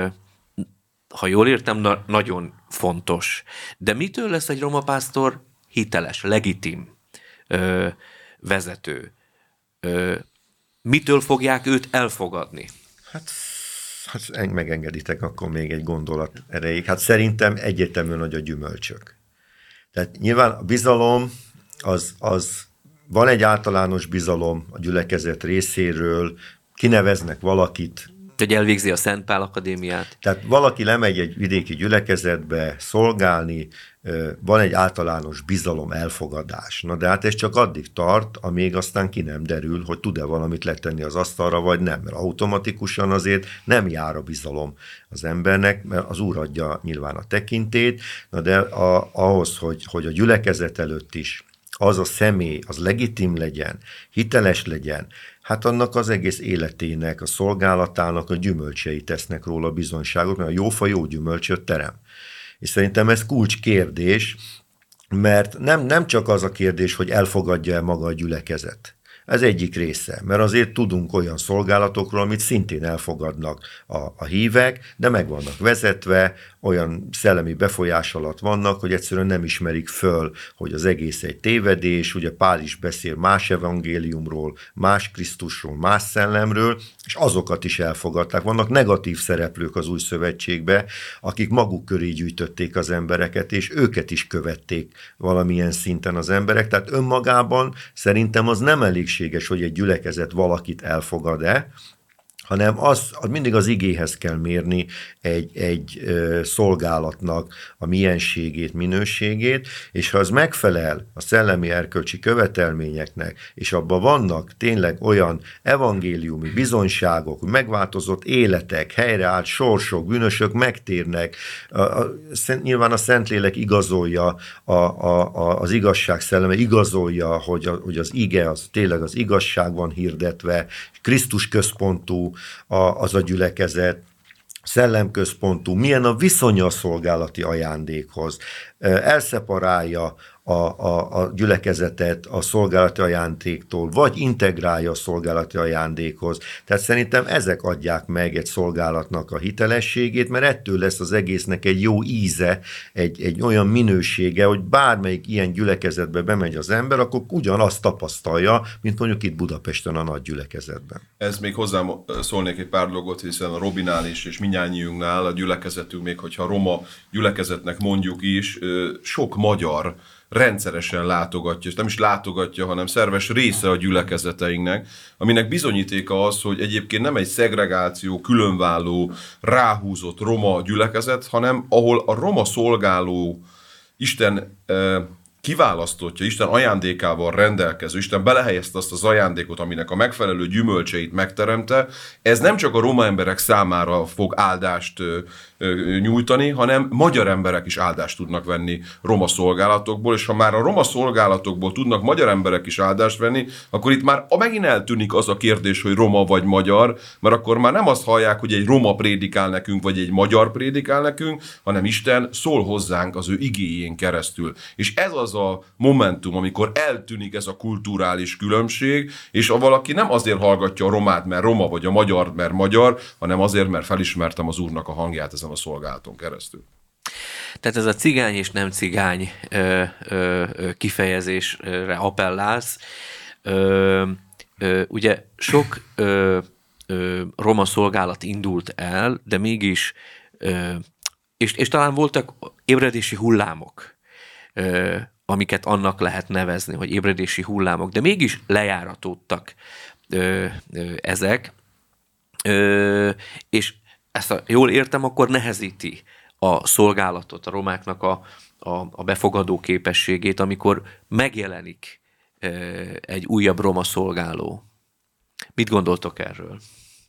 ha jól értem, na, nagyon fontos. De mitől lesz egy roma pásztor hiteles, legitim ö, vezető? Ö, mitől fogják őt elfogadni? Hát... Hát megengeditek akkor még egy gondolat erejéig. Hát szerintem egyértelműen nagy a gyümölcsök. Tehát nyilván a bizalom, az, az van egy általános bizalom a gyülekezet részéről, kineveznek valakit Hogy elvégzi a Szent Pál Akadémiát. Tehát valaki lemegy egy vidéki gyülekezetbe szolgálni, van egy általános bizalom, elfogadás. Na de hát ez csak addig tart, amíg aztán ki nem derül, hogy tud-e valamit letenni az asztalra, vagy nem. Mert automatikusan azért nem jár a bizalom az embernek, mert az Úr adja nyilván a tekintét, na de a, ahhoz, hogy, hogy a gyülekezet előtt is az a személy, az legitim legyen, hiteles legyen, hát annak az egész életének, a szolgálatának a gyümölcsei tesznek róla bizonyságot, mert a jó fa jó gyümölcsöt terem. És szerintem ez kulcskérdés, mert nem, nem csak az a kérdés, hogy elfogadja-e maga a gyülekezet. Ez egyik része, mert azért tudunk olyan szolgálatokról, amit szintén elfogadnak a, a hívek, de meg vannak vezetve, olyan szellemi befolyás alatt vannak, hogy egyszerűen nem ismerik föl, hogy az egész egy tévedés, ugye Pál is beszél más evangéliumról, más Krisztusról, más szellemről, és azokat is elfogadták. Vannak negatív szereplők az új szövetségbe, akik maguk köré gyűjtötték az embereket, és őket is követték valamilyen szinten az emberek, tehát önmagában szerintem az nem elégséges, hogy egy gyülekezet valakit elfogad-e, hanem az, az mindig az igéhez kell mérni egy, egy ö, szolgálatnak a mienségét, minőségét, és ha az megfelel a szellemi erkölcsi követelményeknek, és abban vannak tényleg olyan evangéliumi bizonyságok, megváltozott életek, helyreállt sorsok, bűnösök megtérnek, a, a, nyilván a Szentlélek igazolja, a, a, a, az igazság szelleme igazolja, hogy, a, hogy az ige, az tényleg az igazság van hirdetve, Krisztus központú az a gyülekezet, szellemközpontú, milyen a viszonya a szolgálati ajándékhoz, elszeparálja a, a, a gyülekezetet a szolgálati ajándéktól, vagy integrálja a szolgálati ajándékhoz. Tehát szerintem ezek adják meg egy szolgálatnak a hitelességét, mert ettől lesz az egésznek egy jó íze, egy, egy olyan minősége, hogy bármelyik ilyen gyülekezetbe bemegy az ember, akkor ugyanazt tapasztalja, mint mondjuk itt Budapesten a nagy gyülekezetben. Ez még hozzám szólnék egy pár dolgot, hiszen a Robinál is, és mindnyájunkkal a gyülekezetünk, még hogyha roma gyülekezetnek mondjuk is, sok magyar rendszeresen látogatja, és nem is látogatja, hanem szerves része a gyülekezeteinknek, aminek bizonyítéka az, hogy egyébként nem egy szegregáció, különváló, ráhúzott roma gyülekezet, hanem ahol a roma szolgáló Isten kiválasztottja, Isten ajándékával rendelkező, Isten belehelyezte azt az ajándékot, aminek a megfelelő gyümölcseit megteremte, ez nem csak a roma emberek számára fog áldást ö, ö, nyújtani, hanem magyar emberek is áldást tudnak venni roma szolgálatokból, és ha már a roma szolgálatokból tudnak magyar emberek is áldást venni, akkor itt már megint eltűnik az a kérdés, hogy roma vagy magyar, mert akkor már nem azt hallják, hogy egy roma prédikál nekünk, vagy egy magyar prédikál nekünk, hanem Isten szól hozzánk az ő igéjén keresztül. És ez az a momentum, amikor eltűnik ez a kulturális különbség, és a valaki nem azért hallgatja a romát, mert roma, vagy a magyar, mert magyar, hanem azért, mert felismertem az Úrnak a hangját ezen a szolgálaton keresztül. Tehát ez a cigány és nem cigány ö, ö, kifejezésre appellálsz. Ö, ö, ugye sok ö, ö, roma szolgálat indult el, de mégis, ö, és, és talán voltak ébredési hullámok, ö, amiket annak lehet nevezni, hogy ébredési hullámok, de mégis lejáratódtak ö, ö, ezek, ö, és ezt a, jól értem, akkor nehezíti a szolgálatot, a romáknak a, a, a befogadó képességét, amikor megjelenik ö, egy újabb roma szolgáló. Mit gondoltok erről?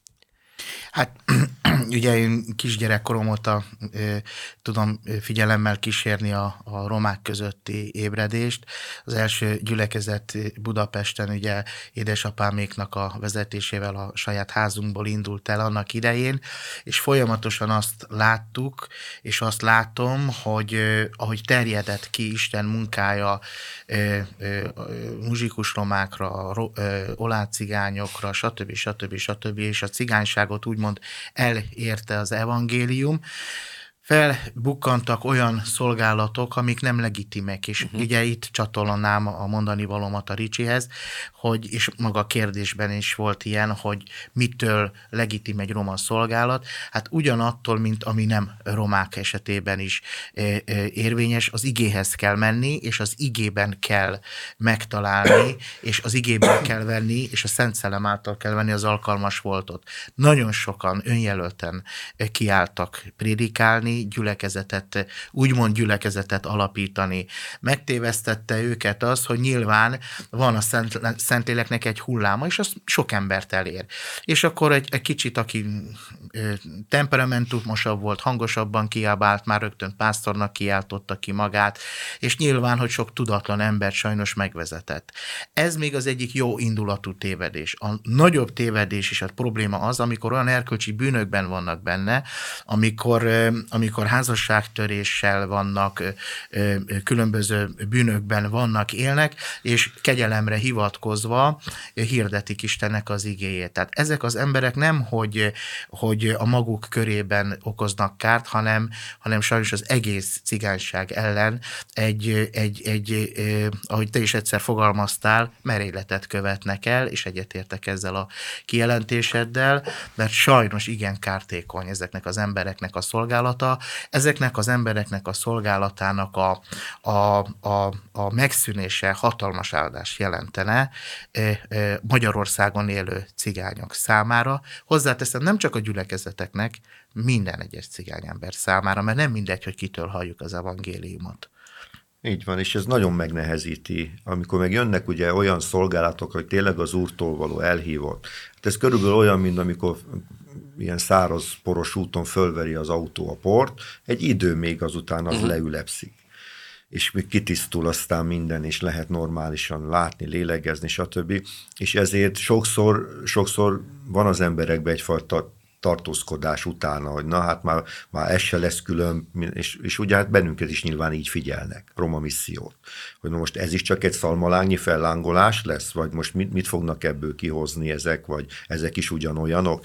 Hát ugye én kisgyerekkorom óta ö, tudom figyelemmel kísérni a, a romák közötti ébredést. Az első gyülekezet Budapesten ugye édesapáméknak a vezetésével a saját házunkból indult el annak idején, és folyamatosan azt láttuk, és azt látom, hogy ö, ahogy terjedett ki Isten munkája ö, ö, muzsikus romákra, ro, ö, olácigányokra, stb. stb. stb. És a cigányságot úgymond elérte az evangélium. felbukkantak olyan szolgálatok, amik nem legitimek, és uh-huh. ugye itt csatolnám a mondani valómat a Ricsihez, hogy, és maga a kérdésben is volt ilyen, hogy mitől legitim egy roma szolgálat, hát ugyanattól, mint ami nem romák esetében is érvényes, az igéhez kell menni, és az igében kell megtalálni, és az igében kell venni, és a Szent Szellem által kell venni az alkalmas voltot. Nagyon sokan önjelölten kiálltak prédikálni, gyülekezetet, úgymond gyülekezetet alapítani. Megtévesztette őket az, hogy nyilván van a Szent, Szentléleknek egy hulláma, és az sok embert elér. És akkor egy, egy kicsit, aki temperamentumosabb volt, hangosabban kiabált, már rögtön pásztornak kiáltotta ki magát, és nyilván, hogy sok tudatlan embert sajnos megvezetett. Ez még az egyik jó indulatú tévedés. A nagyobb tévedés és a probléma az, amikor olyan erkölcsi bűnökben vannak benne, amikor, amikor házasságtöréssel vannak, különböző bűnökben vannak, élnek, és kegyelemre hivatkozva hirdetik Istennek az igéjét. Tehát ezek az emberek nem, hogy, hogy a maguk körében okoznak kárt, hanem, hanem sajnos az egész cigányság ellen egy, egy, egy, ahogy te is egyszer fogalmaztál, merényletet követnek el, és egyetértek ezzel a kijelentéseddel, mert sajnos igen kártékony ezeknek az embereknek a szolgálata. Ezeknek az embereknek a szolgálatának a, a, a, a megszűnése hatalmas áldást jelentene Magyarországon élő cigányok számára. Hozzáteszem, nem csak a gyülekezeteknek, minden egyes cigányember számára, mert nem mindegy, hogy kitől halljuk az evangéliumot. Így van, és ez nagyon megnehezíti, amikor meg jönnek ugye olyan szolgálatok, hogy tényleg az Úrtól való elhívott. Hát ez körülbelül olyan, mint amikor ilyen száraz, poros úton fölveri az autó a port, egy idő még azután az uh-huh. leülepszik. És még kitisztul aztán minden, és lehet normálisan látni, lélegezni, stb. És ezért sokszor, sokszor van az emberekben egyfajta tartózkodás utána, hogy na hát már, már ez se lesz külön, és, és ugye hát bennünket is nyilván így figyelnek, Roma Missziót. Hogy most ez is csak egy szalmalángnyi fellángolás lesz, vagy most mit, mit fognak ebből kihozni ezek, vagy ezek is ugyanolyanok.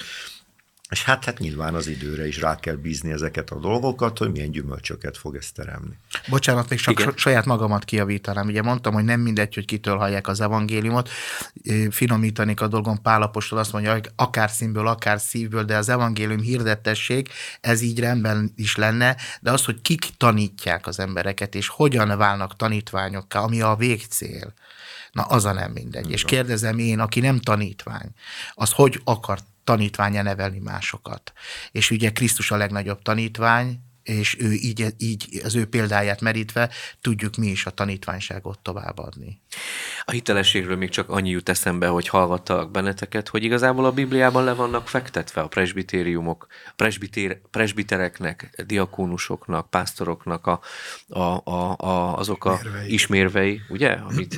És hát, hát nyilván az időre is rá kell bízni ezeket a dolgokat, hogy milyen gyümölcsöket fog ez teremni. Bocsánat, még csak Igen. saját magamat kijavítanám. Ugye mondtam, hogy nem mindegy, hogy kitől hallják az evangéliumot. Finomítanék a dolgon, Pál apostol azt mondja, hogy akár színből, akár szívből, de az evangélium hirdettesség, ez így rendben is lenne, de az, hogy kik tanítják az embereket, és hogyan válnak tanítványokká, ami a végcél, na az a nem mindegy. Igen. És kérdezem én, aki nem tanítvány, az hogy akar tanítványa nevelni másokat. És ugye Krisztus a legnagyobb tanítvány, és ő így, így az ő példáját merítve tudjuk mi is a tanítványságot továbbadni. A hitelességről még csak annyi jut eszembe, hogy hallgattalak benneteket, hogy igazából a Bibliában le vannak fektetve a presbitériumok, presbitér, presbitereknek, diakónusoknak, pásztoroknak a, a, a, a, azok a ismérvei, ismérvei ugye, amit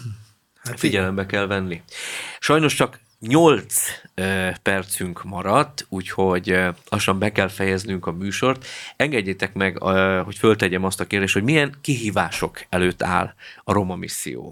hát figyelembe kell venni. Sajnos csak nyolc percünk maradt, úgyhogy lassan be kell fejeznünk a műsort. Engedjétek meg, hogy föltegyem azt a kérdést, hogy milyen kihívások előtt áll a Roma Misszió.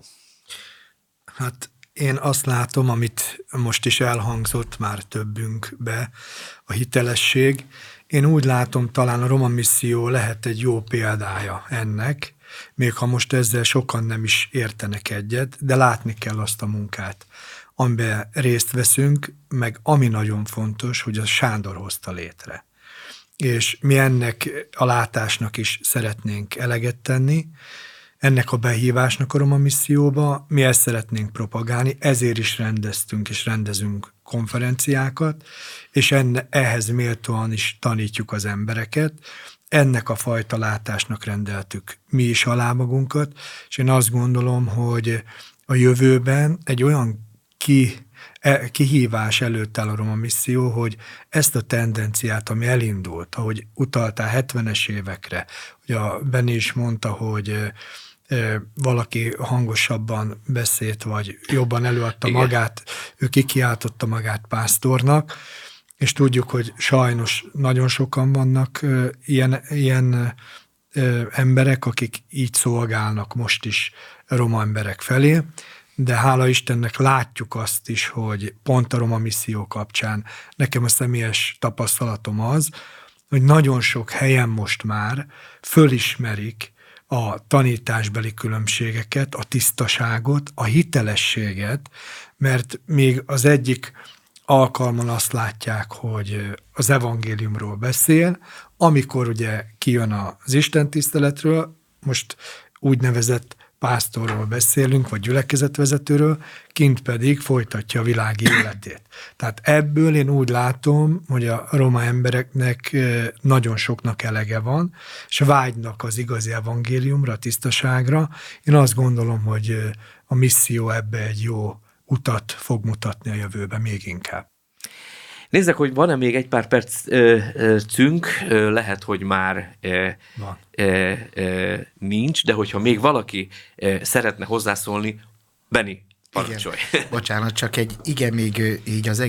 Hát én azt látom, amit most is elhangzott már többünkbe, a hitelesség. Én úgy látom, talán a Roma Misszió lehet egy jó példája ennek, még ha most ezzel sokan nem is értenek egyet, de látni kell azt a munkát, amiben részt veszünk, meg ami nagyon fontos, hogy a Sándor hozta létre. És mi ennek a látásnak is szeretnénk eleget tenni, ennek a behívásnak a Roma Misszióba, mi ezt szeretnénk propagálni, ezért is rendeztünk és rendezünk konferenciákat, és enne, ehhez méltóan is tanítjuk az embereket, ennek a fajta látásnak rendeltük mi is alá magunkat, és én azt gondolom, hogy a jövőben egy olyan ki, e, kihívás előtt áll a Roma Misszió, hogy ezt a tendenciát, ami elindult, ahogy utaltál hetvenes évekre, ugye a Benni is mondta, hogy e, valaki hangosabban beszélt, vagy jobban előadta Igen. magát, ő kikiáltotta magát pásztornak, és tudjuk, hogy sajnos nagyon sokan vannak e, ilyen, ilyen e, emberek, akik így szolgálnak most is roma emberek felé, de hála Istennek látjuk azt is, hogy pont a Roma Misszió kapcsán nekem a személyes tapasztalatom az, hogy nagyon sok helyen most már fölismerik a tanításbeli különbségeket, a tisztaságot, a hitelességet, mert még az egyik alkalmon azt látják, hogy az evangéliumról beszél, amikor ugye kijön az istentiszteletről, most úgynevezett pásztorról beszélünk, vagy gyülekezetvezetőről, kint pedig folytatja a világi életét. Tehát ebből én úgy látom, hogy a roma embereknek nagyon soknak elege van, és vágynak az igazi evangéliumra, a tisztaságra. Én azt gondolom, hogy a misszió ebbe egy jó utat fog mutatni a jövőben még inkább. Nézzek, hogy van-e még egy pár percünk, lehet, hogy már Van. nincs, de hogyha még valaki szeretne hozzászólni, Beni, parancsolj. Igen. Bocsánat, csak egy igen, még így az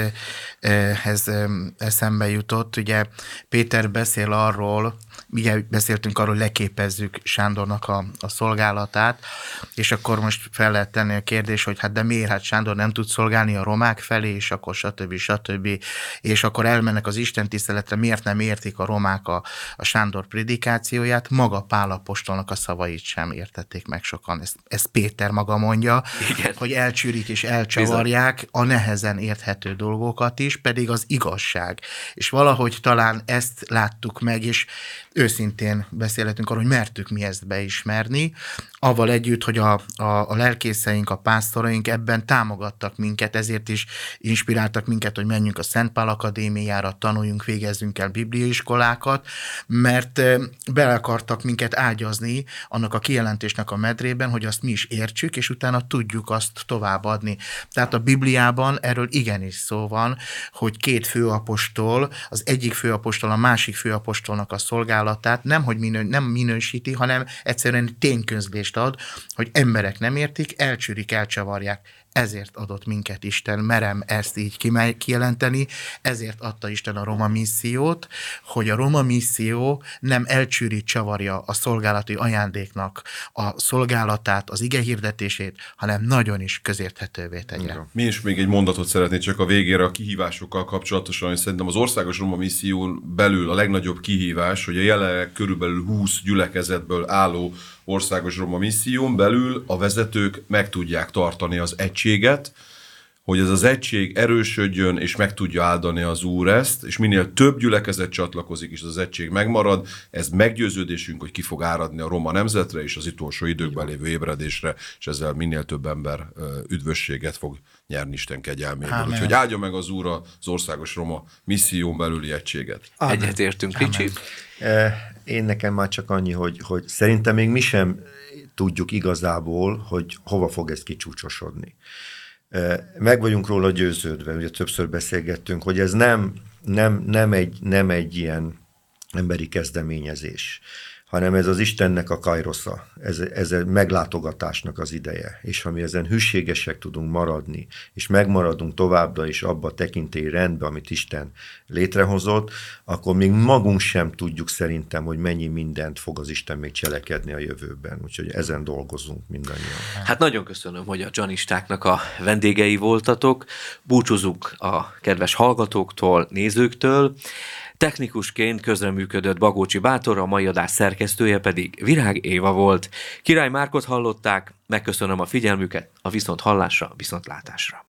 egészhez eszembe jutott. Ugye Péter beszél arról, ugye beszéltünk arról, hogy leképezzük Sándornak a, a szolgálatát, és akkor most fel lehet tenni a kérdés, hogy hát de miért, hát Sándor nem tud szolgálni a romák felé, és akkor stb. stb. És akkor elmennek az istentiszteletre, miért nem értik a romák a, a Sándor prédikációját, maga Pál apostolnak a szavait sem értették meg sokan. Ezt, ezt Péter maga mondja, igen, hogy elcsűrik és elcsavarják bizony a nehezen érthető dolgokat is, pedig az igazság. És valahogy talán ezt láttuk meg, és őszintén beszélhetünk arról, hogy mertük mi ezt beismerni, avval együtt, hogy a, a, a lelkészeink, a pásztoraink ebben támogattak minket, ezért is inspiráltak minket, hogy menjünk a Szent Pál Akadémiára, tanuljunk, végezzünk el bibliaiskolákat, mert bele akartak minket ágyazni annak a kijelentésnek a medrében, hogy azt mi is értsük, és utána tudjuk azt továbbadni. Tehát a Bibliában erről igenis szó van, hogy két főapostol, az egyik főapostol a másik főapostolnak a szolgálatát nem, hogy minő, nem minősíti, hanem egyszerűen tényközlést ad, hogy emberek nem értik, elcsűrik, elcsavarják. Ezért adott minket Isten, merem ezt így kijelenteni, ezért adta Isten a roma missziót, hogy a roma misszió nem elcsűri, csavarja a szolgálati ajándéknak a szolgálatát, az ige hirdetését, hanem nagyon is közérthetővé tegye. Mi is még egy mondatot szeretnék csak a végére a kihívásokkal kapcsolatosan, hogy szerintem az országos roma misszión belül a legnagyobb kihívás, hogy a jelenleg körülbelül húsz gyülekezetből álló országos roma misszión belül a vezetők meg tudják tartani az egységet, hogy ez az egység erősödjön, és meg tudja áldani az Úr ezt, és minél több gyülekezet csatlakozik, és az egység megmarad, ez meggyőződésünk, hogy ki fog áradni a roma nemzetre, és az utolsó időkben lévő ébredésre, és ezzel minél több ember üdvösséget fog nyerni Isten kegyelméből. Úgyhogy áldja meg az Úr az országos roma misszión belüli egységet. Egyetértünk, Ricsi. Én nekem már csak annyi, hogy, hogy szerintem még mi sem tudjuk igazából, hogy hova fog ez kicsúcsosodni. Meg vagyunk róla győződve, ugye többször beszélgettünk, hogy ez nem, nem, nem, egy, nem egy ilyen emberi kezdeményezés, hanem ez az Istennek a kairosza, ez, ez a meglátogatásnak az ideje. És ha mi ezen hűségesek tudunk maradni, és megmaradunk továbbra is abba a tekintélyi rendbe, amit Isten létrehozott, akkor még magunk sem tudjuk szerintem, hogy mennyi mindent fog az Isten még cselekedni a jövőben. Úgyhogy ezen dolgozunk mindannyian. Hát nagyon köszönöm, hogy a Dzsanistáknak a vendégei voltatok. Búcsúzunk a kedves hallgatóktól, nézőktől. Technikusként közreműködött Bagócsi Bátor, a mai adás szerkesztője pedig Virág Éva volt. Király Márkot hallották, megköszönöm a figyelmüket, a viszonthallásra, viszontlátásra.